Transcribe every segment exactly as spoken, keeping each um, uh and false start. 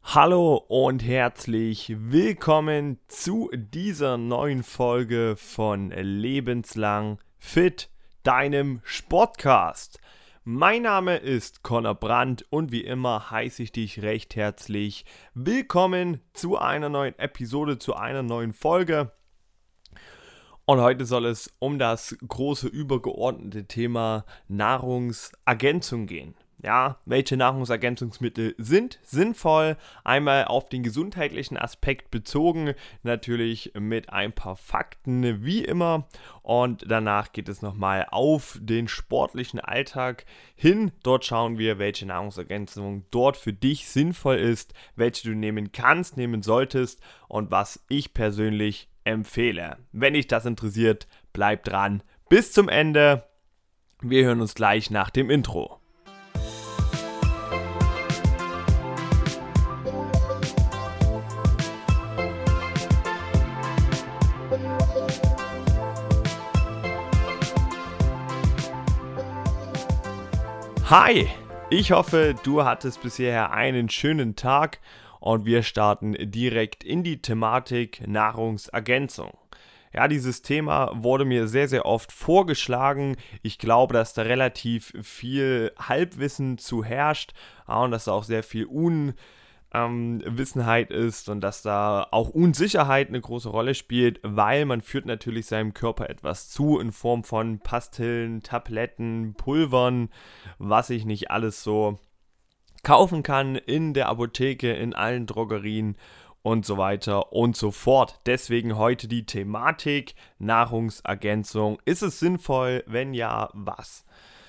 Hallo und herzlich willkommen zu dieser neuen Folge von Lebenslang Fit, deinem Sportcast. Mein Name ist Conor Brandt und wie immer heiße ich dich recht herzlich willkommen zu einer neuen Episode, zu einer neuen Folge. Und heute soll es um das große übergeordnete Thema Nahrungsergänzung gehen. Ja, welche Nahrungsergänzungsmittel sind sinnvoll? Einmal auf den gesundheitlichen Aspekt bezogen, natürlich mit ein paar Fakten wie immer. Und danach geht es nochmal auf den sportlichen Alltag hin. Dort schauen wir, welche Nahrungsergänzung dort für dich sinnvoll ist, welche du nehmen kannst, nehmen solltest und was ich persönlich empfehle. Wenn dich das interessiert, bleib dran bis zum Ende. Wir hören uns gleich nach dem Intro. Hi, ich hoffe, du hattest bisher einen schönen Tag und wir starten direkt in die Thematik Nahrungsergänzung. Ja, dieses Thema wurde mir sehr, sehr oft vorgeschlagen. Ich glaube, dass da relativ viel Halbwissen zu herrscht und dass da auch sehr viel Unwissenheit ist und dass da auch Unsicherheit eine große Rolle spielt, weil man führt natürlich seinem Körper etwas zu in Form von Pastillen, Tabletten, Pulvern, was ich nicht alles so kaufen kann in der Apotheke, in allen Drogerien und so weiter und so fort. Deswegen heute die Thematik Nahrungsergänzung. Ist es sinnvoll? Wenn ja, was?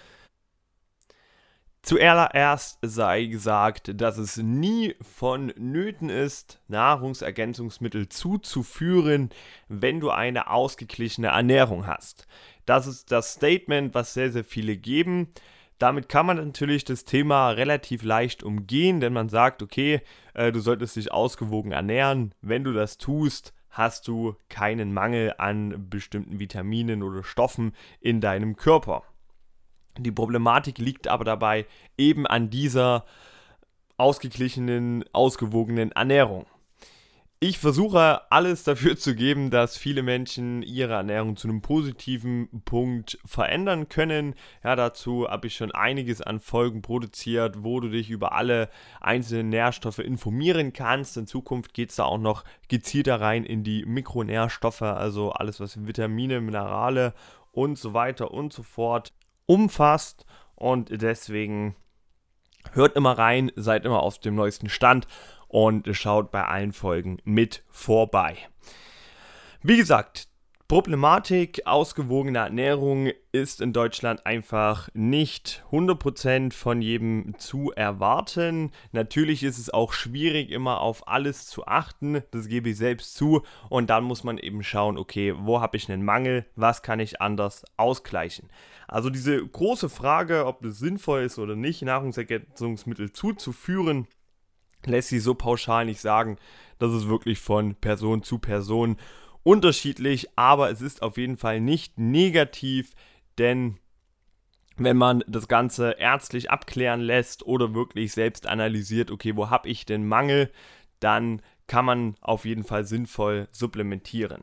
Zuallererst sei gesagt, dass es nie vonnöten ist, Nahrungsergänzungsmittel zuzuführen, wenn du eine ausgeglichene Ernährung hast. Das ist das Statement, was sehr, sehr viele geben. Damit kann man natürlich das Thema relativ leicht umgehen, denn man sagt, okay, äh, du solltest dich ausgewogen ernähren. Wenn du das tust, hast du keinen Mangel an bestimmten Vitaminen oder Stoffen in deinem Körper. Die Problematik liegt aber dabei eben an dieser ausgeglichenen, ausgewogenen Ernährung. Ich versuche alles dafür zu geben, dass viele Menschen ihre Ernährung zu einem positiven Punkt verändern können. Ja, dazu habe ich schon einiges an Folgen produziert, wo du dich über alle einzelnen Nährstoffe informieren kannst. In Zukunft geht es da auch noch gezielter rein in die Mikronährstoffe, also alles, was Vitamine, Minerale und so weiter und so fort umfasst. Und deswegen hört immer rein, seid immer auf dem neuesten Stand und schaut bei allen Folgen mit vorbei. Wie gesagt, Problematik ausgewogener Ernährung ist in Deutschland einfach nicht hundert Prozent von jedem zu erwarten. Natürlich ist es auch schwierig, immer auf alles zu achten, das gebe ich selbst zu. Und dann muss man eben schauen, okay, wo habe ich einen Mangel, was kann ich anders ausgleichen. Also diese große Frage, ob es sinnvoll ist oder nicht, Nahrungsergänzungsmittel zuzuführen, lässt sich so pauschal nicht sagen. Das ist wirklich von Person zu Person unterschiedlich, aber es ist auf jeden Fall nicht negativ, denn wenn man das Ganze ärztlich abklären lässt oder wirklich selbst analysiert, okay, wo habe ich den Mangel, dann kann man auf jeden Fall sinnvoll supplementieren.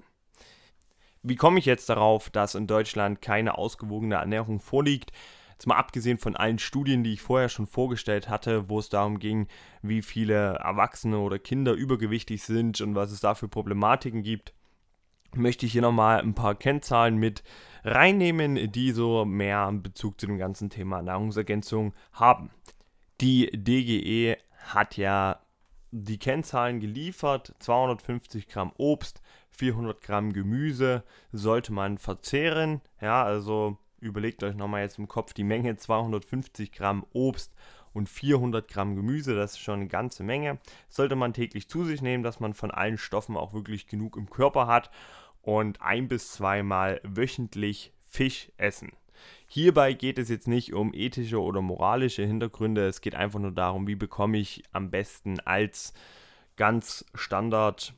Wie komme ich jetzt darauf, dass in Deutschland keine ausgewogene Ernährung vorliegt? Jetzt mal abgesehen von allen Studien, die ich vorher schon vorgestellt hatte, wo es darum ging, wie viele Erwachsene oder Kinder übergewichtig sind und was es da für Problematiken gibt, möchte ich hier nochmal ein paar Kennzahlen mit reinnehmen, die so mehr Bezug zu dem ganzen Thema Nahrungsergänzung haben. Die D G E hat ja die Kennzahlen geliefert: zweihundertfünfzig Gramm Obst, vierhundert Gramm Gemüse sollte man verzehren. Ja, also überlegt euch nochmal jetzt im Kopf die Menge: zweihundertfünfzig Gramm Obst und vierhundert Gramm Gemüse, das ist schon eine ganze Menge. Sollte man täglich zu sich nehmen, dass man von allen Stoffen auch wirklich genug im Körper hat, und ein- bis zweimal wöchentlich Fisch essen. Hierbei geht es jetzt nicht um ethische oder moralische Hintergründe, es geht einfach nur darum, wie bekomme ich am besten als ganz Standard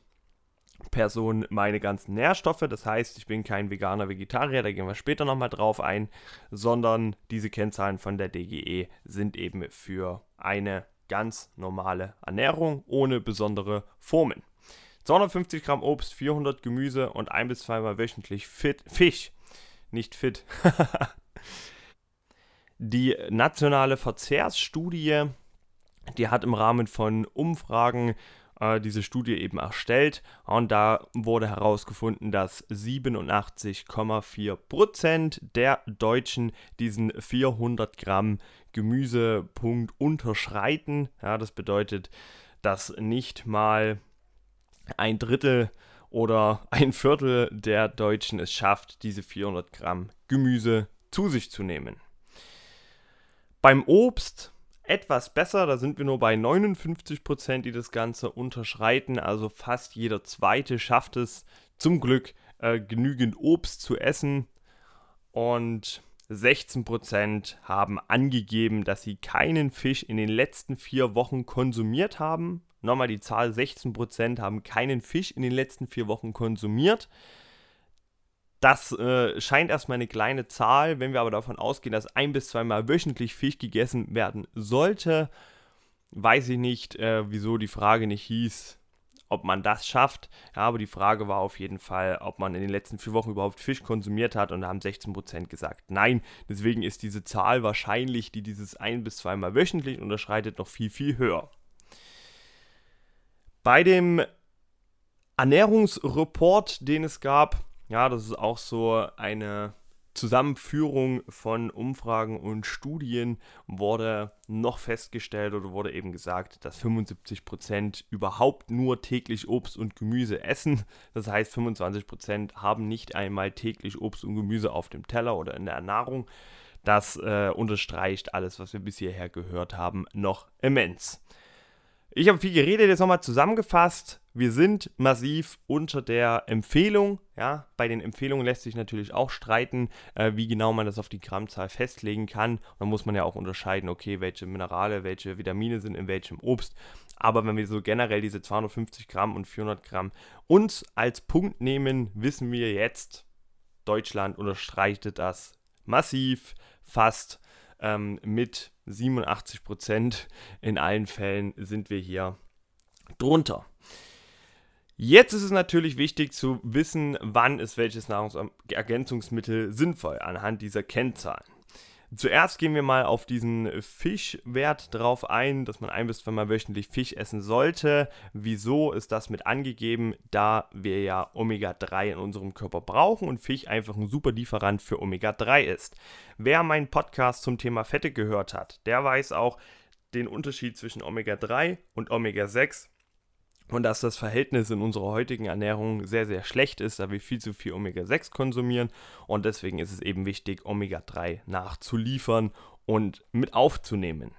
Person meine ganzen Nährstoffe. Das heißt, ich bin kein Veganer, Vegetarier, da gehen wir später nochmal drauf ein, sondern diese Kennzahlen von der D G E sind eben für eine ganz normale Ernährung ohne besondere Formen. zweihundertfünfzig Gramm Obst, vierhundert Gemüse und ein bis zweimal wöchentlich fit, Fisch. Nicht fit. Die nationale Verzehrsstudie, die hat im Rahmen von Umfragen äh, diese Studie eben erstellt und da wurde herausgefunden, dass siebenundachtzig Komma vier Prozent der Deutschen diesen vierhundert Gramm Gemüsepunkt unterschreiten. Ja, das bedeutet, dass nicht mal ein Drittel oder ein Viertel der Deutschen es schafft, diese vierhundert Gramm Gemüse zu sich zu nehmen. Beim Obst etwas besser, da sind wir nur bei neunundfünfzig Prozent, die das Ganze unterschreiten, also fast jeder Zweite schafft es zum Glück äh, genügend Obst zu essen und sechzehn Prozent haben angegeben, dass sie keinen Fisch in den letzten vier Wochen konsumiert haben. Nochmal die Zahl, sechzehn Prozent haben keinen Fisch in den letzten vier Wochen konsumiert. Das äh, scheint erstmal eine kleine Zahl, wenn wir aber davon ausgehen, dass ein- bis zweimal wöchentlich Fisch gegessen werden sollte, weiß ich nicht, äh, wieso die Frage nicht hieß, ob man das schafft. Ja, aber die Frage war auf jeden Fall, ob man in den letzten vier Wochen überhaupt Fisch konsumiert hat und da haben sechzehn Prozent gesagt nein. Deswegen ist diese Zahl wahrscheinlich, die dieses ein- bis zweimal wöchentlich unterschreitet, noch viel, viel höher. Bei dem Ernährungsreport, den es gab, ja, das ist auch so eine Zusammenführung von Umfragen und Studien, wurde noch festgestellt oder wurde eben gesagt, dass fünfundsiebzig Prozent überhaupt nur täglich Obst und Gemüse essen. Das heißt, fünfundzwanzig Prozent haben nicht einmal täglich Obst und Gemüse auf dem Teller oder in der Ernährung. Das äh, unterstreicht alles, was wir bis hierher gehört haben, noch immens. Ich habe viel geredet, jetzt nochmal zusammengefasst. Wir sind massiv unter der Empfehlung. Ja, bei den Empfehlungen lässt sich natürlich auch streiten, äh, wie genau man das auf die Grammzahl festlegen kann. Und dann muss man ja auch unterscheiden, okay, welche Minerale, welche Vitamine sind in welchem Obst. Aber wenn wir so generell diese zweihundertfünfzig Gramm und vierhundert Gramm uns als Punkt nehmen, wissen wir jetzt, Deutschland unterstreicht das massiv, fast ähm, mit siebenundachtzig Prozent in allen Fällen sind wir hier drunter. Jetzt ist es natürlich wichtig zu wissen, wann ist welches Nahrungsergänzungsmittel sinnvoll anhand dieser Kennzahlen. Zuerst gehen wir mal auf diesen Fischwert drauf ein, dass man ein bis zweimal wöchentlich Fisch essen sollte. Wieso ist das mit angegeben? Da wir ja Omega drei in unserem Körper brauchen und Fisch einfach ein super Lieferant für Omega drei ist. Wer meinen Podcast zum Thema Fette gehört hat, der weiß auch den Unterschied zwischen Omega drei und Omega sechs. Und dass das Verhältnis in unserer heutigen Ernährung sehr, sehr schlecht ist, da wir viel zu viel Omega sechs konsumieren. Und deswegen ist es eben wichtig, Omega drei nachzuliefern und mit aufzunehmen.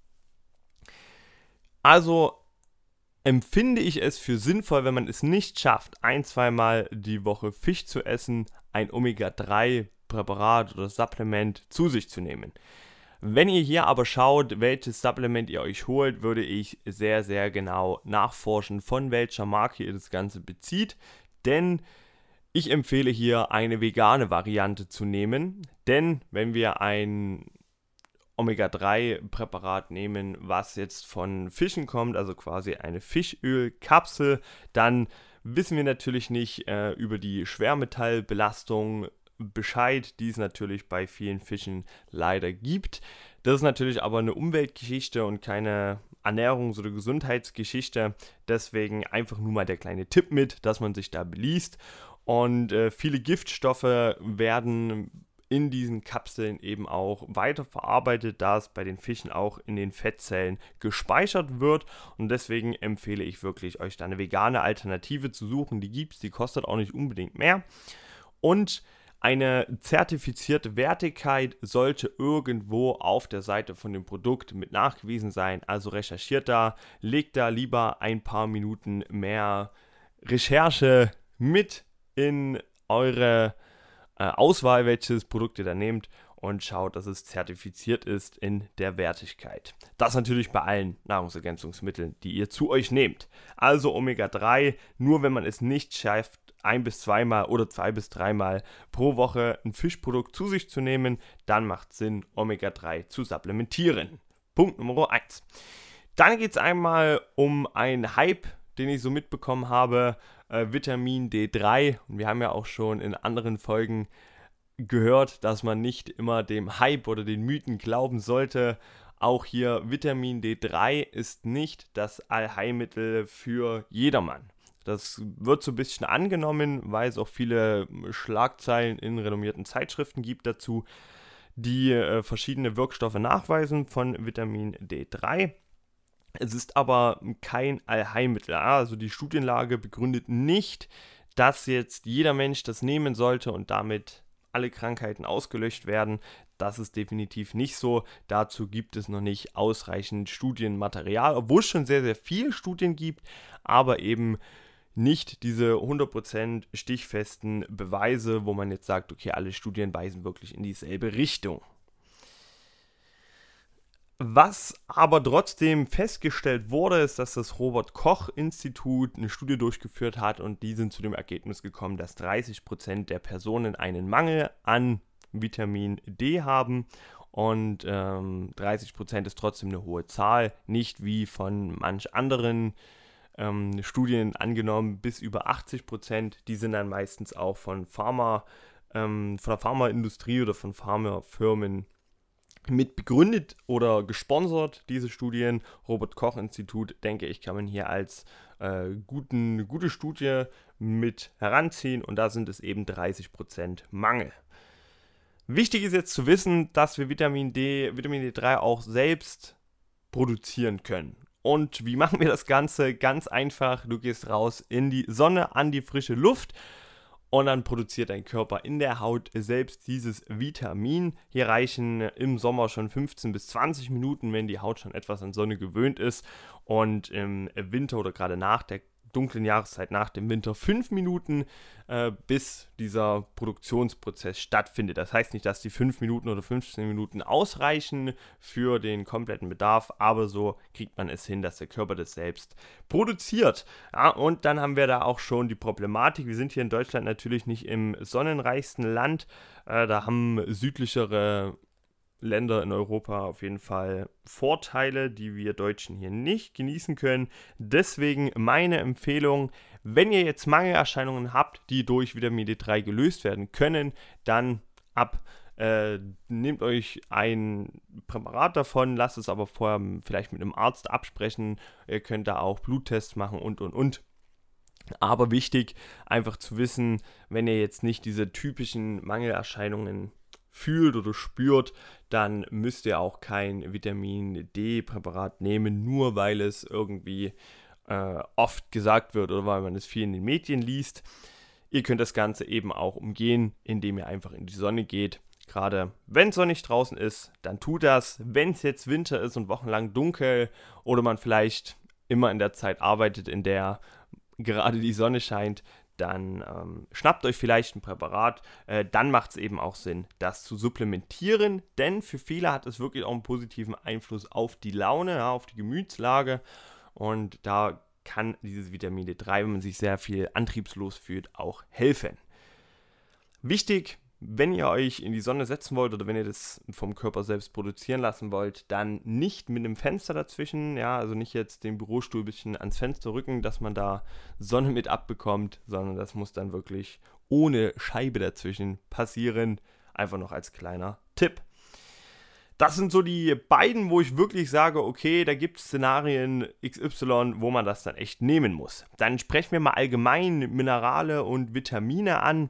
Also empfinde ich es für sinnvoll, wenn man es nicht schafft, ein-, zweimal die Woche Fisch zu essen, ein Omega drei Präparat oder Supplement zu sich zu nehmen. Wenn ihr hier aber schaut, welches Supplement ihr euch holt, würde ich sehr, sehr genau nachforschen, von welcher Marke ihr das Ganze bezieht. Denn ich empfehle hier eine vegane Variante zu nehmen. Denn wenn wir ein Omega drei Präparat nehmen, was jetzt von Fischen kommt, also quasi eine Fischölkapsel, dann wissen wir natürlich nicht äh, über die Schwermetallbelastung Bescheid, die es natürlich bei vielen Fischen leider gibt. Das ist natürlich aber eine Umweltgeschichte und keine Ernährungs- oder Gesundheitsgeschichte. Deswegen einfach nur mal der kleine Tipp mit, dass man sich da beliest. Und äh, viele Giftstoffe werden in diesen Kapseln eben auch weiterverarbeitet, da es bei den Fischen auch in den Fettzellen gespeichert wird. Und deswegen empfehle ich wirklich, euch da eine vegane Alternative zu suchen. Die gibt es, die kostet auch nicht unbedingt mehr. Und eine zertifizierte Wertigkeit sollte irgendwo auf der Seite von dem Produkt mit nachgewiesen sein. Also recherchiert da, legt da lieber ein paar Minuten mehr Recherche mit in eure äh, Auswahl, welches Produkt ihr da nehmt und schaut, dass es zertifiziert ist in der Wertigkeit. Das natürlich bei allen Nahrungsergänzungsmitteln, die ihr zu euch nehmt. Also Omega drei, nur wenn man es nicht schafft, ein- bis zweimal oder zwei- bis dreimal pro Woche ein Fischprodukt zu sich zu nehmen, dann macht es Sinn, Omega drei zu supplementieren. Punkt Nummer eins. Dann geht es einmal um einen Hype, den ich so mitbekommen habe, äh, Vitamin D drei. Und wir haben ja auch schon in anderen Folgen gehört, dass man nicht immer dem Hype oder den Mythen glauben sollte. Auch hier Vitamin D drei ist nicht das Allheilmittel für jedermann. Das wird so ein bisschen angenommen, weil es auch viele Schlagzeilen in renommierten Zeitschriften gibt dazu, die äh, verschiedene Wirkstoffe nachweisen von Vitamin D drei. Es ist aber kein Allheilmittel. Also die Studienlage begründet nicht, dass jetzt jeder Mensch das nehmen sollte und damit alle Krankheiten ausgelöscht werden. Das ist definitiv nicht so. Dazu gibt es noch nicht ausreichend Studienmaterial, obwohl es schon sehr, sehr viele Studien gibt, aber eben nicht diese hundert Prozent stichfesten Beweise, wo man jetzt sagt, okay, alle Studien weisen wirklich in dieselbe Richtung. Was aber trotzdem festgestellt wurde, ist, dass das Robert-Koch-Institut eine Studie durchgeführt hat und die sind zu dem Ergebnis gekommen, dass dreißig Prozent der Personen einen Mangel an Vitamin D haben und ähm, dreißig Prozent ist trotzdem eine hohe Zahl, nicht wie von manch anderen ähm, Studien angenommen, bis über achtzig Prozent, die sind dann meistens auch von Pharma, ähm, von der Pharmaindustrie oder von Pharmafirmen mit begründet oder gesponsert, diese Studien. Robert-Koch-Institut, denke ich, kann man hier als äh, guten, gute Studie mit heranziehen und da sind es eben dreißig Prozent Mangel. Wichtig ist jetzt zu wissen, dass wir Vitamin D, Vitamin D drei auch selbst produzieren können. Und wie machen wir das Ganze? Ganz einfach, du gehst raus in die Sonne, an die frische Luft und dann produziert dein Körper in der Haut selbst dieses Vitamin. Hier reichen im Sommer schon fünfzehn bis zwanzig Minuten, wenn die Haut schon etwas an Sonne gewöhnt ist. Und im Winter oder gerade nach der dunklen Jahreszeit, nach dem Winter, fünf Minuten, äh, bis dieser Produktionsprozess stattfindet. Das heißt nicht, dass die fünf Minuten oder fünfzehn Minuten ausreichen für den kompletten Bedarf, aber so kriegt man es hin, dass der Körper das selbst produziert. Ja, und dann haben wir da auch schon die Problematik. Wir sind hier in Deutschland natürlich nicht im sonnenreichsten Land. Äh, da haben südlichere Länder in Europa auf jeden Fall Vorteile, die wir Deutschen hier nicht genießen können. Deswegen meine Empfehlung, wenn ihr jetzt Mangelerscheinungen habt, die durch Vitamin D drei gelöst werden können, dann ab, äh, nehmt euch ein Präparat davon, lasst es aber vorher vielleicht mit einem Arzt absprechen. Ihr könnt da auch Bluttests machen und und und. Aber wichtig, einfach zu wissen, wenn ihr jetzt nicht diese typischen Mangelerscheinungen fühlt oder spürt, dann müsst ihr auch kein Vitamin D-Präparat nehmen, nur weil es irgendwie äh, oft gesagt wird oder weil man es viel in den Medien liest. Ihr könnt das Ganze eben auch umgehen, indem ihr einfach in die Sonne geht. Gerade wenn es sonnig draußen ist, dann tut das. Wenn es jetzt Winter ist und wochenlang dunkel oder man vielleicht immer in der Zeit arbeitet, in der gerade die Sonne scheint, dann ähm, schnappt euch vielleicht ein Präparat, äh, dann macht es eben auch Sinn, das zu supplementieren, denn für viele hat es wirklich auch einen positiven Einfluss auf die Laune, ja, auf die Gemütslage und da kann dieses Vitamin D drei, wenn man sich sehr viel antriebslos fühlt, auch helfen. Wichtig, wenn ihr euch in die Sonne setzen wollt oder wenn ihr das vom Körper selbst produzieren lassen wollt, dann nicht mit einem Fenster dazwischen, ja, also nicht jetzt den Bürostuhl ein bisschen ans Fenster rücken, dass man da Sonne mit abbekommt, sondern das muss dann wirklich ohne Scheibe dazwischen passieren. Einfach noch als kleiner Tipp. Das sind so die beiden, wo ich wirklich sage, okay, da gibt es Szenarien X Y, wo man das dann echt nehmen muss. Dann sprechen wir mal allgemein Minerale und Vitamine an.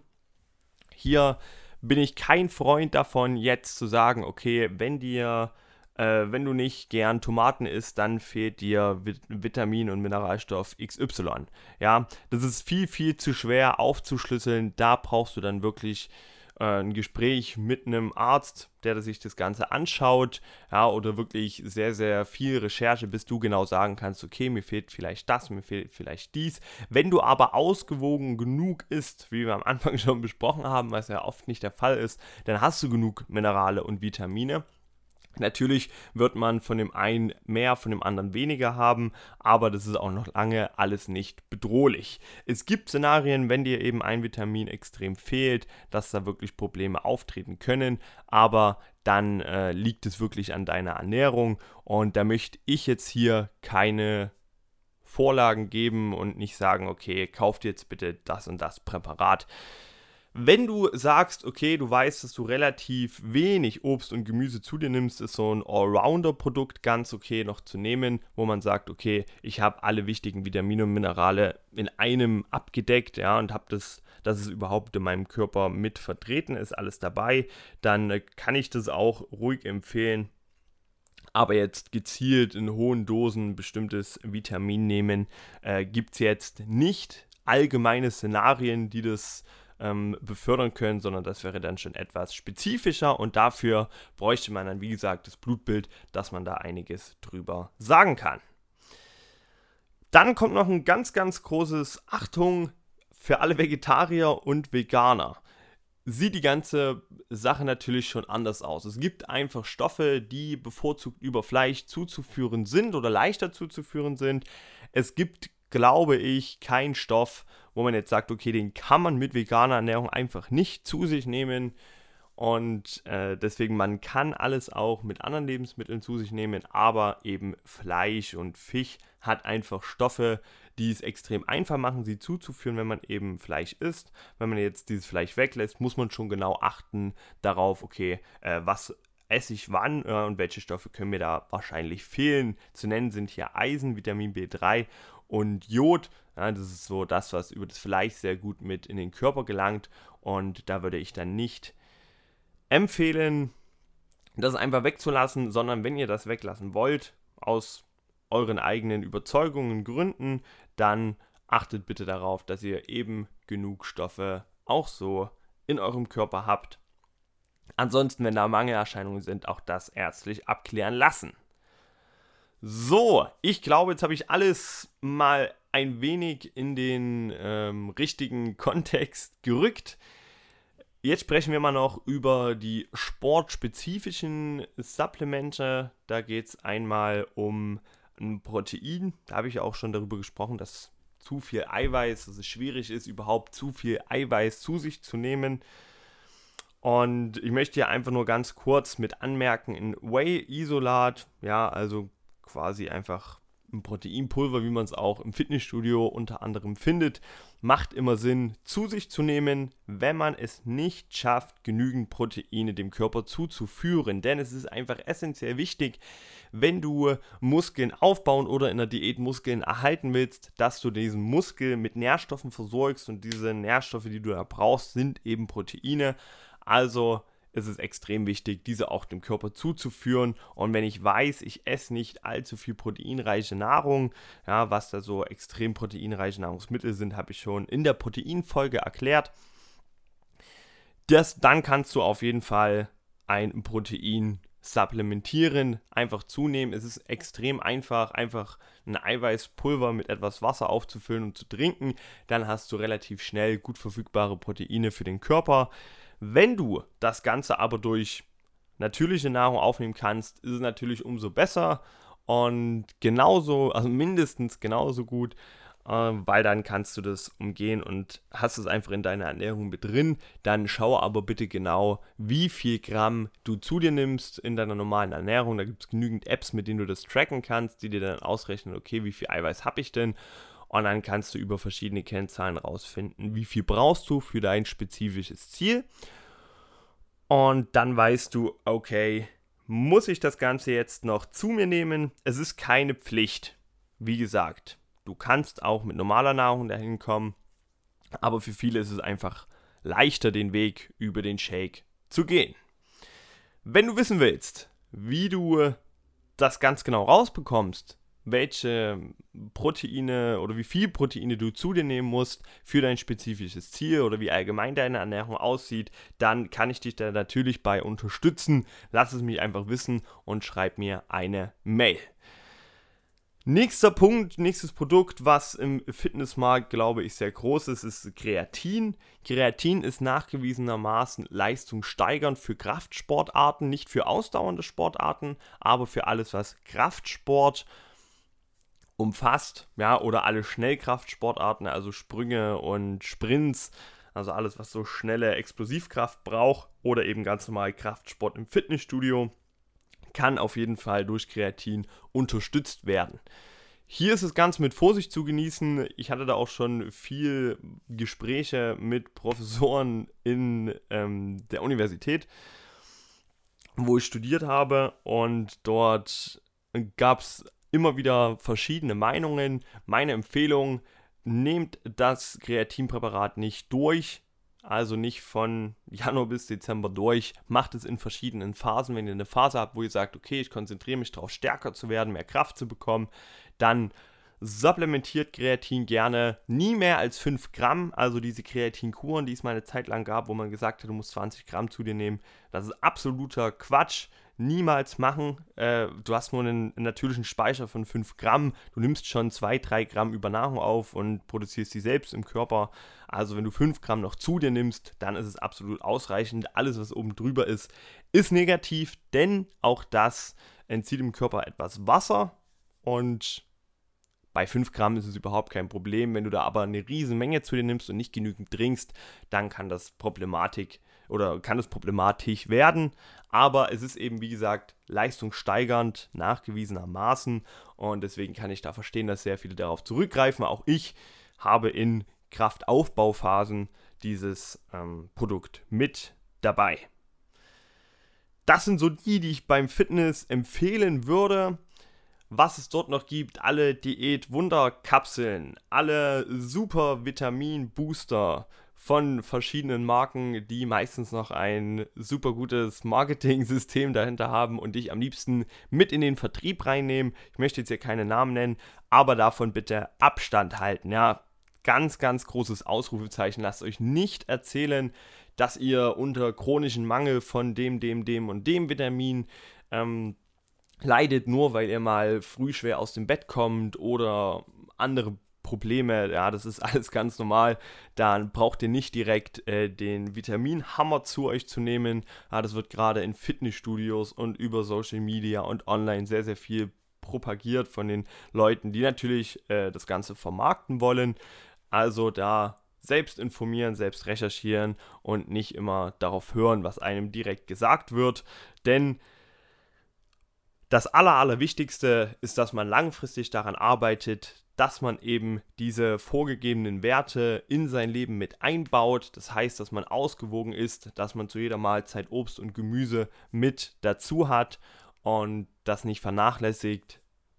Hier bin ich kein Freund davon, jetzt zu sagen, okay, wenn dir, äh, wenn du nicht gern Tomaten isst, dann fehlt dir Vit- Vitamin und Mineralstoff X Y. Ja, das ist viel, viel zu schwer aufzuschlüsseln. Da brauchst du dann wirklich äh, ein Gespräch mit einem Arzt, der sich das Ganze anschaut, ja, oder wirklich sehr, sehr viel Recherche, bis du genau sagen kannst, okay, mir fehlt vielleicht das, mir fehlt vielleicht dies. Wenn du aber ausgewogen genug isst, wie wir am Anfang schon besprochen haben, was ja oft nicht der Fall ist, dann hast du genug Minerale und Vitamine. Natürlich wird man von dem einen mehr, von dem anderen weniger haben, aber das ist auch noch lange alles nicht bedrohlich. Es gibt Szenarien, wenn dir eben ein Vitamin extrem fehlt, dass da wirklich Probleme auftreten können, aber dann äh, liegt es wirklich an deiner Ernährung und da möchte ich jetzt hier keine Vorlagen geben und nicht sagen, okay, kauf dir jetzt bitte das und das Präparat. Wenn du sagst, okay, du weißt, dass du relativ wenig Obst und Gemüse zu dir nimmst, ist so ein Allrounder-Produkt ganz okay noch zu nehmen, wo man sagt, okay, ich habe alle wichtigen Vitamine und Minerale in einem abgedeckt, ja, und habe das, dass es überhaupt in meinem Körper mit vertreten ist, alles dabei, dann äh, kann ich das auch ruhig empfehlen. Aber jetzt gezielt in hohen Dosen bestimmtes Vitamin nehmen, äh, gibt es jetzt nicht allgemeine Szenarien, die das ähm, befördern können, sondern das wäre dann schon etwas spezifischer und dafür bräuchte man dann, wie gesagt, das Blutbild, dass man da einiges drüber sagen kann. Dann kommt noch ein ganz, ganz großes Achtung für alle Vegetarier und Veganer. Sieht die ganze Sache natürlich schon anders aus. Es gibt einfach Stoffe, die bevorzugt über Fleisch zuzuführen sind oder leichter zuzuführen sind. Es gibt, glaube ich, keinen Stoff, wo man jetzt sagt, okay, den kann man mit veganer Ernährung einfach nicht zu sich nehmen. Und äh, deswegen, man kann alles auch mit anderen Lebensmitteln zu sich nehmen, aber eben Fleisch und Fisch hat einfach Stoffe, die es extrem einfach machen, sie zuzuführen, wenn man eben Fleisch isst. Wenn man jetzt dieses Fleisch weglässt, muss man schon genau achten darauf, okay, äh, was esse ich wann äh, und welche Stoffe können mir da wahrscheinlich fehlen. Zu nennen sind hier Eisen, Vitamin B drei und Jod. Ja, das ist so das, was über das Fleisch sehr gut mit in den Körper gelangt und da würde ich dann nicht empfehlen, das einfach wegzulassen, sondern wenn ihr das weglassen wollt, aus euren eigenen Überzeugungen, Gründen, dann achtet bitte darauf, dass ihr eben genug Stoffe auch so in eurem Körper habt. Ansonsten, wenn da Mangelerscheinungen sind, auch das ärztlich abklären lassen. So, ich glaube, jetzt habe ich alles mal ein wenig in den ähm, richtigen Kontext gerückt. Jetzt sprechen wir mal noch über die sportspezifischen Supplemente. Da geht es einmal um ein Protein. Da habe ich auch schon darüber gesprochen, dass zu viel Eiweiß, dass es schwierig ist, überhaupt zu viel Eiweiß zu sich zu nehmen. Und ich möchte hier einfach nur ganz kurz mit anmerken, in Whey-Isolat, ja, also quasi einfach ein Proteinpulver, wie man es auch im Fitnessstudio unter anderem findet, macht immer Sinn, zu sich zu nehmen, wenn man es nicht schafft, genügend Proteine dem Körper zuzuführen. Denn es ist einfach essentiell wichtig, wenn du Muskeln aufbauen oder in der Diät Muskeln erhalten willst, dass du diesen Muskel mit Nährstoffen versorgst und diese Nährstoffe, die du da brauchst, sind eben Proteine. Also ist es extrem wichtig, diese auch dem Körper zuzuführen. Und wenn ich weiß, ich esse nicht allzu viel proteinreiche Nahrung, ja, was da so extrem proteinreiche Nahrungsmittel sind, habe ich schon in der Proteinfolge erklärt. Das, dann kannst du auf jeden Fall ein Protein supplementieren, einfach zunehmen. Es ist extrem einfach, einfach ein Eiweißpulver mit etwas Wasser aufzufüllen und zu trinken. Dann hast du relativ schnell gut verfügbare Proteine für den Körper. Wenn du das Ganze aber durch natürliche Nahrung aufnehmen kannst, ist es natürlich umso besser und genauso, also mindestens genauso gut, äh, weil dann kannst du das umgehen und hast es einfach in deiner Ernährung mit drin. Dann schau aber bitte genau, wie viel Gramm du zu dir nimmst in deiner normalen Ernährung. Da gibt es genügend Apps, mit denen du das tracken kannst, die dir dann ausrechnen, okay, wie viel Eiweiß habe ich denn? Und dann kannst du über verschiedene Kennzahlen rausfinden, wie viel brauchst du für dein spezifisches Ziel. Und dann weißt du, okay, muss ich das Ganze jetzt noch zu mir nehmen? Es ist keine Pflicht. Wie gesagt, du kannst auch mit normaler Nahrung dahin kommen, aber für viele ist es einfach leichter, den Weg über den Shake zu gehen. Wenn du wissen willst, wie du das ganz genau rausbekommst, welche Proteine oder wie viel Proteine du zu dir nehmen musst für dein spezifisches Ziel oder wie allgemein deine Ernährung aussieht, dann kann ich dich da natürlich bei unterstützen. Lass es mich einfach wissen und schreib mir eine Mail. Nächster Punkt, nächstes Produkt, was im Fitnessmarkt, glaube ich, sehr groß ist, ist Kreatin. Kreatin ist nachgewiesenermaßen leistungssteigernd für Kraftsportarten, nicht für ausdauernde Sportarten, aber für alles, was Kraftsport umfasst, ja, oder alle Schnellkraftsportarten, also Sprünge und Sprints, also alles, was so schnelle Explosivkraft braucht oder eben ganz normal Kraftsport im Fitnessstudio, kann auf jeden Fall durch Kreatin unterstützt werden. Hier ist es ganz mit Vorsicht zu genießen. Ich hatte da auch schon viel Gespräche mit Professoren in ähm, der Universität, wo ich studiert habe, und dort gab es immer wieder verschiedene Meinungen. Meine Empfehlung: Nehmt das Kreatinpräparat nicht durch, also nicht von Januar bis Dezember durch. Macht es in verschiedenen Phasen. Wenn ihr eine Phase habt, wo ihr sagt, okay, ich konzentriere mich darauf, stärker zu werden, mehr Kraft zu bekommen, dann supplementiert Kreatin gerne, nie mehr als fünf Gramm. Also diese Kreatinkuren, die es mal eine Zeit lang gab, wo man gesagt hat, du musst zwanzig Gramm zu dir nehmen, das ist absoluter Quatsch. Niemals machen. Äh, du hast nur einen, einen natürlichen Speicher von fünf Gramm. Du nimmst schon zwei, drei Gramm über Nahrung auf und produzierst sie selbst im Körper. Also wenn du fünf Gramm noch zu dir nimmst, dann ist es absolut ausreichend. Alles, was oben drüber ist, ist negativ, denn auch das entzieht im Körper etwas Wasser, und bei fünf Gramm ist es überhaupt kein Problem. Wenn du da aber eine riesen Menge zu dir nimmst und nicht genügend trinkst, dann kann das Problematik oder kann es problematisch werden. Aber es ist eben, wie gesagt, leistungssteigernd, nachgewiesenermaßen, und deswegen kann ich da verstehen, dass sehr viele darauf zurückgreifen. Auch ich habe in Kraftaufbauphasen dieses ähm, Produkt mit dabei. Das sind so die, die ich beim Fitness empfehlen würde. Was es dort noch gibt: alle Diät-Wunder-Kapseln, alle Super-Vitamin-Booster von verschiedenen Marken, die meistens noch ein super gutes Marketing-System dahinter haben und dich am liebsten mit in den Vertrieb reinnehmen. Ich möchte jetzt hier keine Namen nennen, aber davon bitte Abstand halten. Ja, ganz, ganz großes Ausrufezeichen. Lasst euch nicht erzählen, dass ihr unter chronischen Mangel von dem, dem, dem und dem Vitamin ähm, leidet, nur weil ihr mal früh schwer aus dem Bett kommt oder andere Probleme. Ja, das ist alles ganz normal. Dann braucht ihr nicht direkt äh, den Vitaminhammer zu euch zu nehmen. Ja, das wird gerade in Fitnessstudios und über Social Media und online sehr, sehr viel propagiert von den Leuten, die natürlich äh, das Ganze vermarkten wollen. Also da selbst informieren, selbst recherchieren und nicht immer darauf hören, was einem direkt gesagt wird. Denn das Aller, Allerwichtigste ist, dass man langfristig daran arbeitet, dass man eben diese vorgegebenen Werte in sein Leben mit einbaut. Das heißt, dass man ausgewogen ist, dass man zu jeder Mahlzeit Obst und Gemüse mit dazu hat und das nicht vernachlässigt.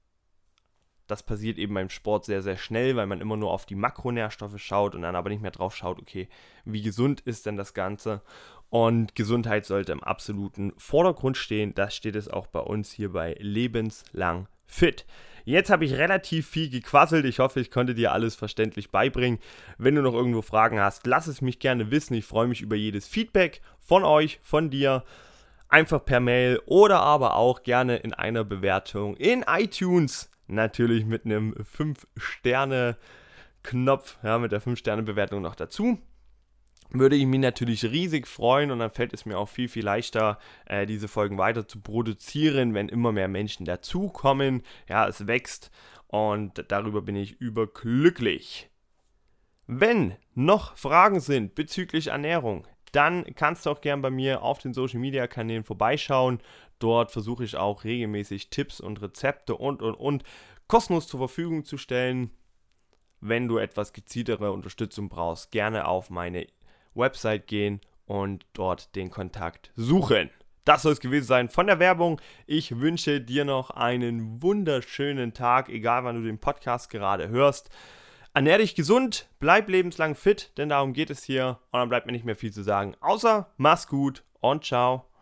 Das passiert eben beim Sport sehr, sehr schnell, weil man immer nur auf die Makronährstoffe schaut und dann aber nicht mehr drauf schaut, okay, wie gesund ist denn das Ganze? Und Gesundheit sollte im absoluten Vordergrund stehen. Das steht es auch bei uns hier bei Lebenslang Fit. Jetzt habe ich relativ viel gequasselt. Ich hoffe, ich konnte dir alles verständlich beibringen. Wenn du noch irgendwo Fragen hast, lass es mich gerne wissen. Ich freue mich über jedes Feedback von euch, von dir. Einfach per Mail oder aber auch gerne in einer Bewertung in iTunes. Natürlich mit einem fünf Sterne Knopf, ja, mit der fünf Sterne Bewertung noch dazu. Würde ich mich natürlich riesig freuen, und dann fällt es mir auch viel, viel leichter, äh, diese Folgen weiter zu produzieren, wenn immer mehr Menschen dazukommen. Ja, es wächst, und darüber bin ich überglücklich. Wenn noch Fragen sind bezüglich Ernährung, dann kannst du auch gern bei mir auf den Social Media Kanälen vorbeischauen. Dort versuche ich auch regelmäßig Tipps und Rezepte und und und kostenlos zur Verfügung zu stellen. Wenn du etwas gezieltere Unterstützung brauchst, gerne auf meine Website gehen und dort den Kontakt suchen. Das soll es gewesen sein von der Werbung. Ich wünsche dir noch einen wunderschönen Tag, egal wann du den Podcast gerade hörst. Ernähr dich gesund, bleib lebenslang fit, denn darum geht es hier. Und dann bleibt mir nicht mehr viel zu sagen, außer mach's gut und ciao.